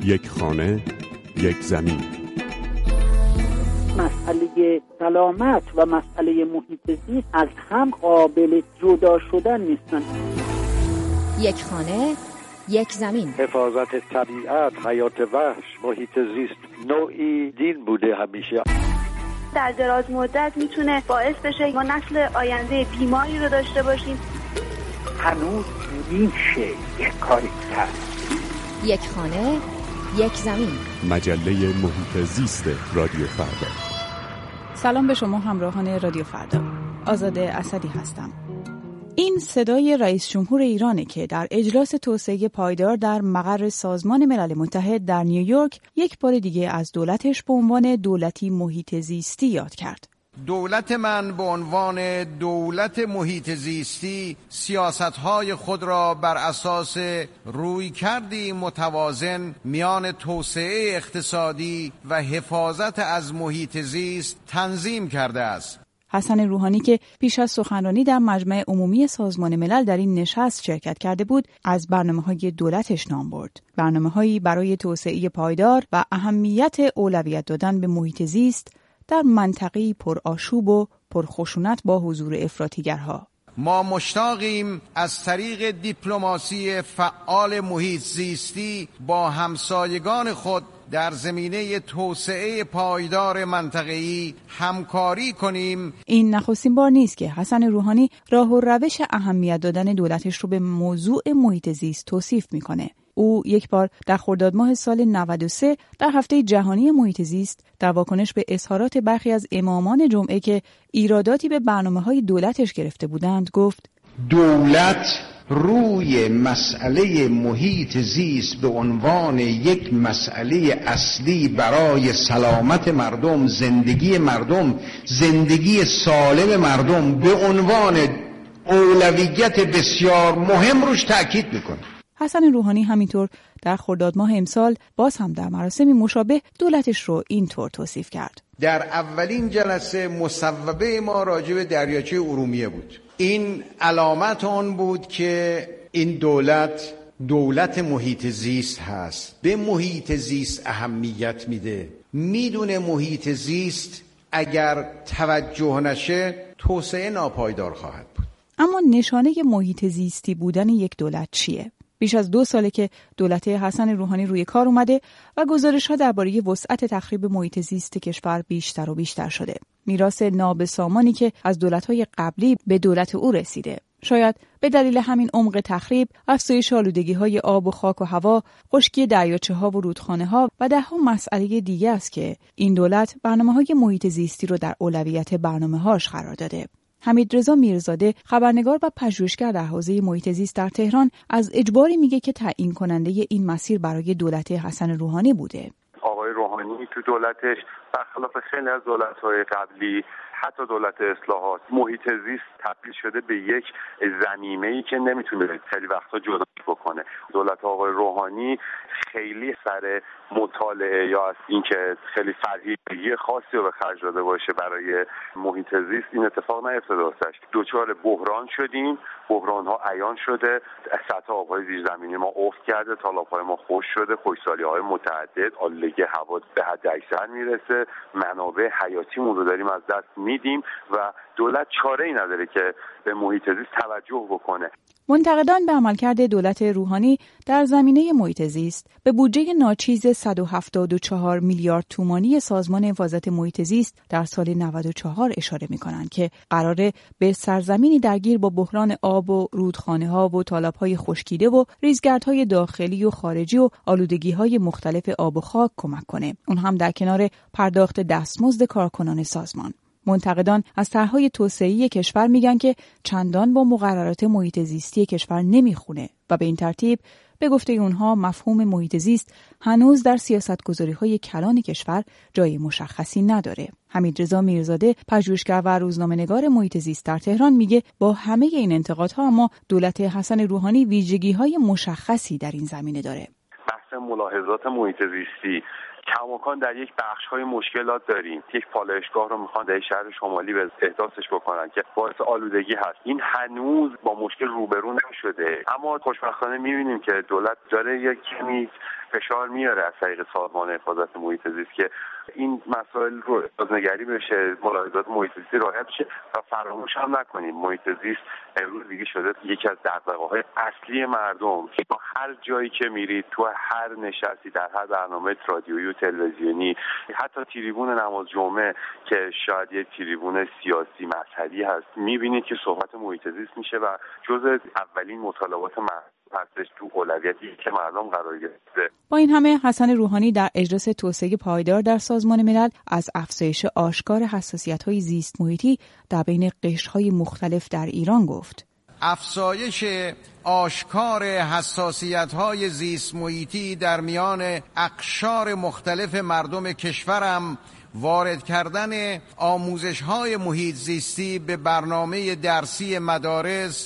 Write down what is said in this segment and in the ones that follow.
یک خانه، یک زمین. مسئله سلامت و مسئله محیط زیست از هم قابل جدا شدن نیستن. یک خانه، یک زمین. حفاظت طبیعت، حیات وحش، محیط زیست نوعی دین بوده همیشه. در دراز مدت میتونه باعث بشه ما نسل آینده بیماری رو داشته باشیم. هنوز میشه یک کاری کرد. یک خانه، یک زمین. مجله محیط زیست رادیو فردا. سلام به شما همراهان رادیو فردا. آزاده اسدی هستم. این صدای رئیس جمهور ایرانه که در اجلاس توسعه پایدار در مقر سازمان ملل متحد در نیویورک یک بار دیگه از دولتش به عنوان دولتی محیط زیستی یاد کرد. دولت من به عنوان دولت محیط زیستی سیاست‌های خود را بر اساس رویکردی متوازن میان توسعه اقتصادی و حفاظت از محیط زیست تنظیم کرده است. حسن روحانی که پیش از سخنرانی در مجمع عمومی سازمان ملل در این نشست شرکت کرده بود، از برنامه‌های دولتش نام برد. برنامه‌هایی برای توسعه پایدار و اهمیت اولویت دادن به محیط زیست در منطقه‌ای پرآشوب و پرخشونت با حضور افراطیگرها. ما مشتاقیم از طریق دیپلماسی فعال محیط زیستی با همسایگان خود در زمینه توسعه پایدار منطقه‌ای همکاری کنیم. این نخستین بار نیست که حسن روحانی راه و روش اهمیت دادن دولتش رو به موضوع محیط زیست توصیف میکنه. او یک بار در خرداد ماه سال 93 در هفته جهانی محیط زیست در واکنش به اظهارات برخی از امامان جمعه که ایراداتی به برنامه‌های دولتش گرفته بودند گفت: دولت روی مسئله محیط زیست به عنوان یک مسئله اصلی برای سلامت مردم، زندگی سالم مردم به عنوان اولویت بسیار مهم روش تاکید میکنه. حسن روحانی همینطور در خرداد ماه امسال باز هم در مراسمی مشابه دولتش رو اینطور توصیف کرد: در اولین جلسه مصوبه ما راجع به دریاچه ارومیه بود. این علامت آن بود که این دولت محیط زیست هست، به محیط زیست اهمیت میده، میدونه محیط زیست اگر توجه نشه توسعه ناپایدار خواهد بود. اما نشانه محیط زیستی بودن یک دولت چیه؟ بیش از 2 ساله که دولت حسن روحانی روی کار اومده و گزارش‌ها درباره وسعت تخریب محیط زیست کشور بیشتر و بیشتر شده. میراث نابسامانی که از دولت‌های قبلی به دولت او رسیده. شاید به دلیل همین عمق تخریب، افزایش آلودگی‌های آب و خاک و هوا، خشکی دریاچه‌ها و رودخانه‌ها و ده‌ها مسئله دیگه است که این دولت برنامه‌های محیط زیستی رو در اولویت برنامه‌هاش قرار داده. حمیدرضا میرزاده، خبرنگار و پژوهشگر در حوزه محیط زیست در تهران، از اجباری میگه که تعیین کننده این مسیر برای دولت حسن روحانی بوده. آقای روحانی تو دولتش برخلاف خیلی از دولت‌های قبلی، حتی دولت اصلاحات، محیط زیست تبدیل شده به یک ضمیمه‌ای که نمیتونه خیلی وقتا جدا بکنه. دولت آقای روحانی خیلی سر مطالعه یا از اینکه خیلی فرهیختگی خاصی رو به خرج داده باشه برای محیط زیست این اتفاق نیفتاده واسش. دچار بحران شدیم، بحران‌ها عیان شده، سطح آب‌های زیرزمینی ما افت کرده، تالاب‌های ما خشک شده، خشکسالی‌های متعدد، آلودگی هوا به حد اکثر میرسه، منابع حیاتیمون رو داریم از دست میدیم و دولت چاره‌ای نداره که به محیط زیست توجه بکنه. منتقدان به عملکرد دولت روحانی در زمینه محیط زیست به بودجه ناچیز 174 میلیارد تومانی سازمان حفاظت محیط زیست در سال 94 اشاره می‌کنند که قراره به سرزمینی درگیر با بحران آب و رودخانه‌ها و تالاب‌های خشکیده و ریزگردهای داخلی و خارجی و آلودگی‌های مختلف آب و خاک کمک کنه، اون هم در کنار پرداخت دستمزد کارکنان سازمان. منتقدان از طرح‌های توسعه‌ای کشور میگن که چندان با مقررات محیط زیستی کشور نمیخونه و به این ترتیب به گفته اونها مفهوم محیط زیست هنوز در سیاست‌گذاری‌های کلان کشور جای مشخصی نداره. حمیدرضا میرزاده، پژوهشگر و روزنامه‌نگار محیط زیست در تهران میگه با همه این انتقادها اما دولت حسن روحانی ویژگی‌های مشخصی در این زمینه داره. بحث ملاحظات محیط زیستی کماکان در یک بخش‌های مشکلات داریم. یک پالایشگاه رو میخوان در شهر شمالی به احداثش بکنن که باعث آلودگی هست. این هنوز با مشکل روبرو نشده، اما خوشبختانه میبینیم که دولت داره یک کمی فشار میاره از طریق سازمان حفاظت محیط زیست که این مسائل رو بازنگری بشه، ملاحظات محیط زیستی رعایت بشه و فراموش هم نکنیم محیط زیست امروز دیگه شده یکی از دغدغه‌های اصلی مردم. با هر جایی که میرید، تو هر نشستی، در هر برنامه رادیویی و تلویزیونی، حتی تریبون نماز جمعه که شاید یک تریبون سیاسی مذهبی هست، میبینید که صحبت محیط زیست میشه و جزء اولین مطالبات هستش تو اولویتی که مردم قرار گرفته. با این همه حسن روحانی در اجلاس توسعه پایدار در سازمان ملل از افزایش آشکار حساسیت‌های زیست محیطی در بین قشرهای مختلف در ایران گفت. افزایش آشکار حساسیت‌های زیست محیطی در میان اقشار مختلف مردم کشورم، وارد کردن آموزش‌های محیط زیستی به برنامه درسی مدارس،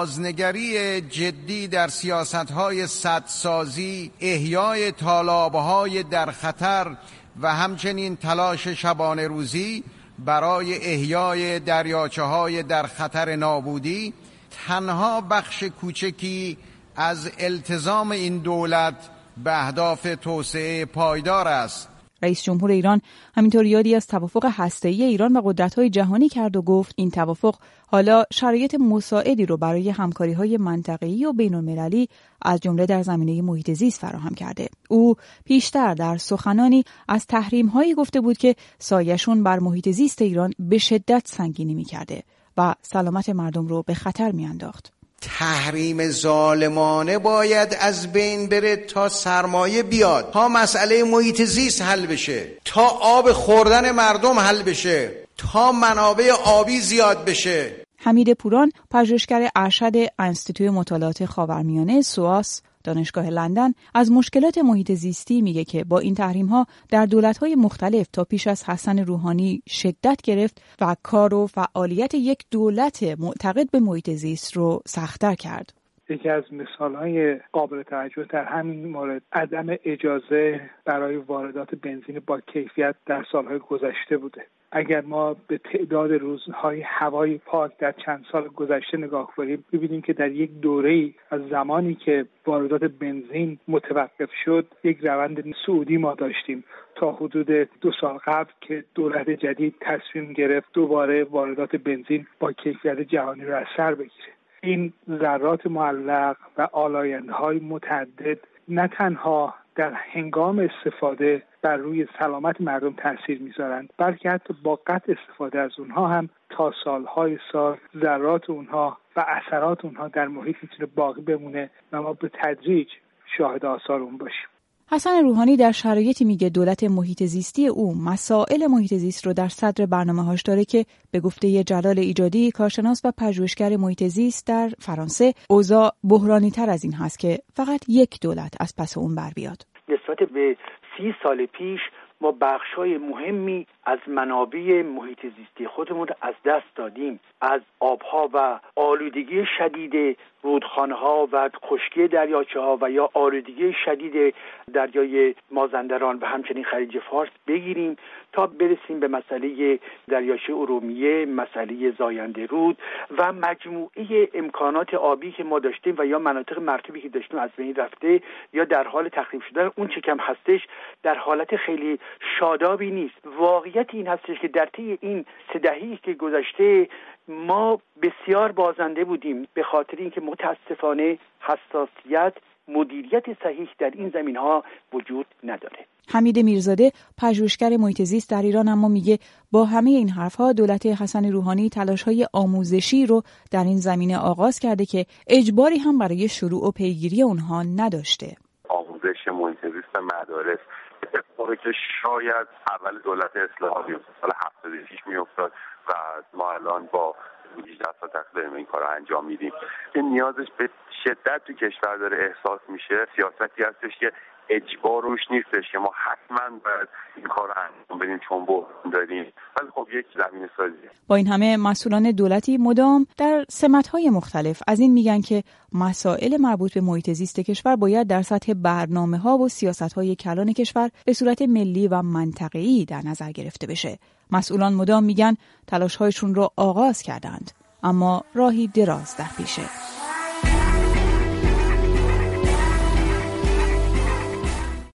بازنگری جدی در سیاست‌های سدسازی، احیای تالاب‌های در خطر و همچنین تلاش شبانه روزی برای احیای دریاچه‌های در خطر نابودی تنها بخش کوچکی از التزام این دولت به اهداف توسعه پایدار است. رئیس جمهور ایران همینطور یادی از توافق هسته‌ای ایران و قدرت‌های جهانی کرد و گفت این توافق حالا شرایط مساعدی رو برای همکاری‌های منطقه‌ای و بین‌المللی از جمله در زمینه محیط زیست فراهم کرده. او پیشتر در سخنانی از تحریم‌هایی گفته بود که سایه‌شون بر محیط زیست ایران به شدت سنگینی می‌کرده و سلامت مردم رو به خطر می‌انداخت. تحریم ظالمانه باید از بین بره تا سرمایه بیاد، تا مسئله محیط زیست حل بشه، تا آب خوردن مردم حل بشه، تا منابع آبی زیاد بشه. حمید پوران، پژوهشگر ارشد انستیتوی مطالعات خاورمیانه سواس دانشگاه لندن، از مشکلات محیط زیستی میگه که با این تحریم‌ها در دولت‌های مختلف تا پیش از حسن روحانی شدت گرفت و کار و فعالیت یک دولت معتقد به محیط زیست رو سخت‌تر کرد. یکی از مثال‌های قابل توجه در همین مورد عدم اجازه برای واردات بنزین با کیفیت در سال‌های گذشته بوده. اگر ما به تعداد روزهای هوای پاک در چند سال گذشته نگاه کنیم، ببینیم که در یک دوره‌ای از زمانی که واردات بنزین متوقف شد، یک روند صعودی ما داشتیم تا حدود 2 سال قبل که دولت جدید تصمیم گرفت دوباره واردات بنزین با کیفیت جهانی را از سر بگیره. این ذرات معلق و آلاینده‌های متعدد نه تنها در هنگام استفاده بر روی سلامت مردم تاثیر میذارند، بلکه حتی با قطع استفاده از اونها هم تا سالهای سال ذرات اونها و اثرات اونها در محیط میتونه باقی بمونه و ما به تدریج شاهد آثار اون باشیم. حسن روحانی در شرایطی میگه دولت محیط زیستی او مسائل محیط زیست رو در صدر برنامه‌هاش داره که به گفته جلال ایجادی، کارشناس و پژوهشگر محیط زیست در فرانسه، اوضاع بحرانی‌تر از این هست که فقط یک دولت از پس اون بر بیاد. نسبت به 30 سال پیش ما بخشای مهمی از منابع محیط زیستی خودمون از دست دادیم. از آبها و آلودگی شدید رودخانه‌ها و خشکی دریاچه‌ها و یا آلودگی شدید دریای مازندران و همچنین خلیج فارس بگیریم تا برسیم به مسئله دریاچه ارومیه، مسئله زاینده رود و مجموعه امکانات آبی که ما داشتیم و یا مناطق مرطوبی که داشتیم از بین رفته یا در حال تخریب شدن. اون چه کم هستش در حالت خیلی شادابی نیست. واقعیت این هستش که در طی این 3 دهه‌ای که گذشته ما بسیار بازنده بودیم به خاطر اینکه متاسفانه حساسیت، مدیریت صحیح در این زمین‌ها وجود نداره. حمید میرزاده، پژوهشگر محیط زیست در ایران، اما میگه با همه این حرف‌ها دولت حسن روحانی تلاش‌های آموزشی رو در این زمینه آغاز کرده که اجباری هم برای شروع و پیگیری اونها نداشته. آموزش محیط زیست مدارس اتفاقی که شاید اول دولت اصلاحی سال 76 میافتاد و ما الان با 18 سال تقریبا این کار رو انجام میدیم. این نیازش به شدت تو کشور داره احساس میشه. سیاستی هستش که اجبار روش نیستش که ما حتما باید این کار رو انجام بدیم چون بحران داریم، ولی خب یک زمینه سازیه. با این همه مسئولان دولتی مدام در سمت‌های مختلف از این میگن که مسائل مربوط به محیط زیست کشور باید در سطح برنامه‌ها و سیاست‌های کلان کشور به صورت ملی و منطقه‌ای در نظر گرفته بشه. مسئولان مدام میگن تلاش‌هایشون رو آغاز کردند، اما راهی دراز در پیشه.